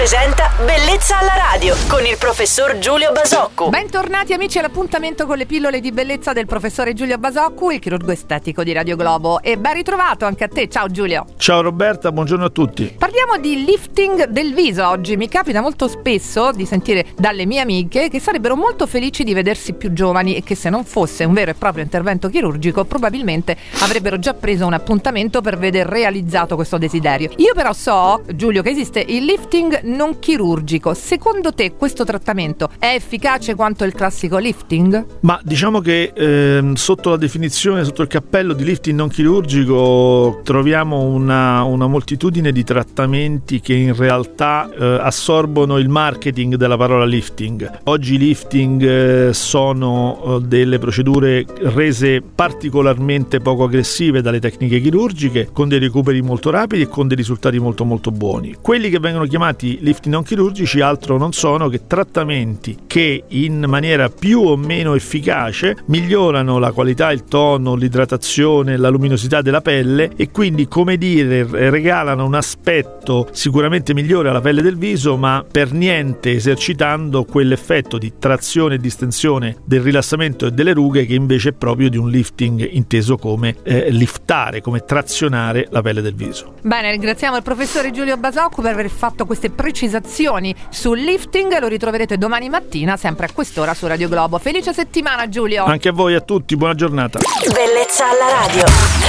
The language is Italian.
presenta Bellezza alla radio con il professor Giulio Basoccu. Bentornati amici all'appuntamento con le pillole di bellezza del professore Giulio Basoccu, il chirurgo estetico di Radio Globo. E ben ritrovato anche a te, ciao Giulio. Ciao Roberta, buongiorno a tutti. Parliamo di lifting del viso oggi. Mi capita molto spesso di sentire dalle mie amiche che sarebbero molto felici di vedersi più giovani e che se non fosse un vero e proprio intervento chirurgico probabilmente avrebbero già preso un appuntamento per veder realizzato questo desiderio. Io però so, Giulio, che esiste il lifting non chirurgico. Secondo te questo trattamento è efficace quanto il classico lifting? Ma diciamo che sotto la definizione, sotto il cappello di lifting non chirurgico troviamo una moltitudine di trattamenti che in realtà assorbono il marketing della parola lifting. Oggi i lifting sono delle procedure rese particolarmente poco aggressive dalle tecniche chirurgiche, con dei recuperi molto rapidi e con dei risultati molto molto buoni. Quelli che vengono chiamati lifting non chirurgici altro non sono che trattamenti che in maniera più o meno efficace migliorano la qualità, il tono, l'idratazione, la luminosità della pelle e quindi, come dire, regalano un aspetto sicuramente migliore alla pelle del viso, ma per niente esercitando quell'effetto di trazione e distensione del rilassamento e delle rughe che invece è proprio di un lifting inteso come liftare, come trazionare la pelle del viso. Bene, ringraziamo il professore Giulio Basoccu per aver fatto queste precisazioni sul lifting. Lo ritroverete domani mattina sempre a quest'ora su Radio Globo. Felice settimana Giulio! Anche a voi, a tutti, buona giornata. Bellezza alla radio.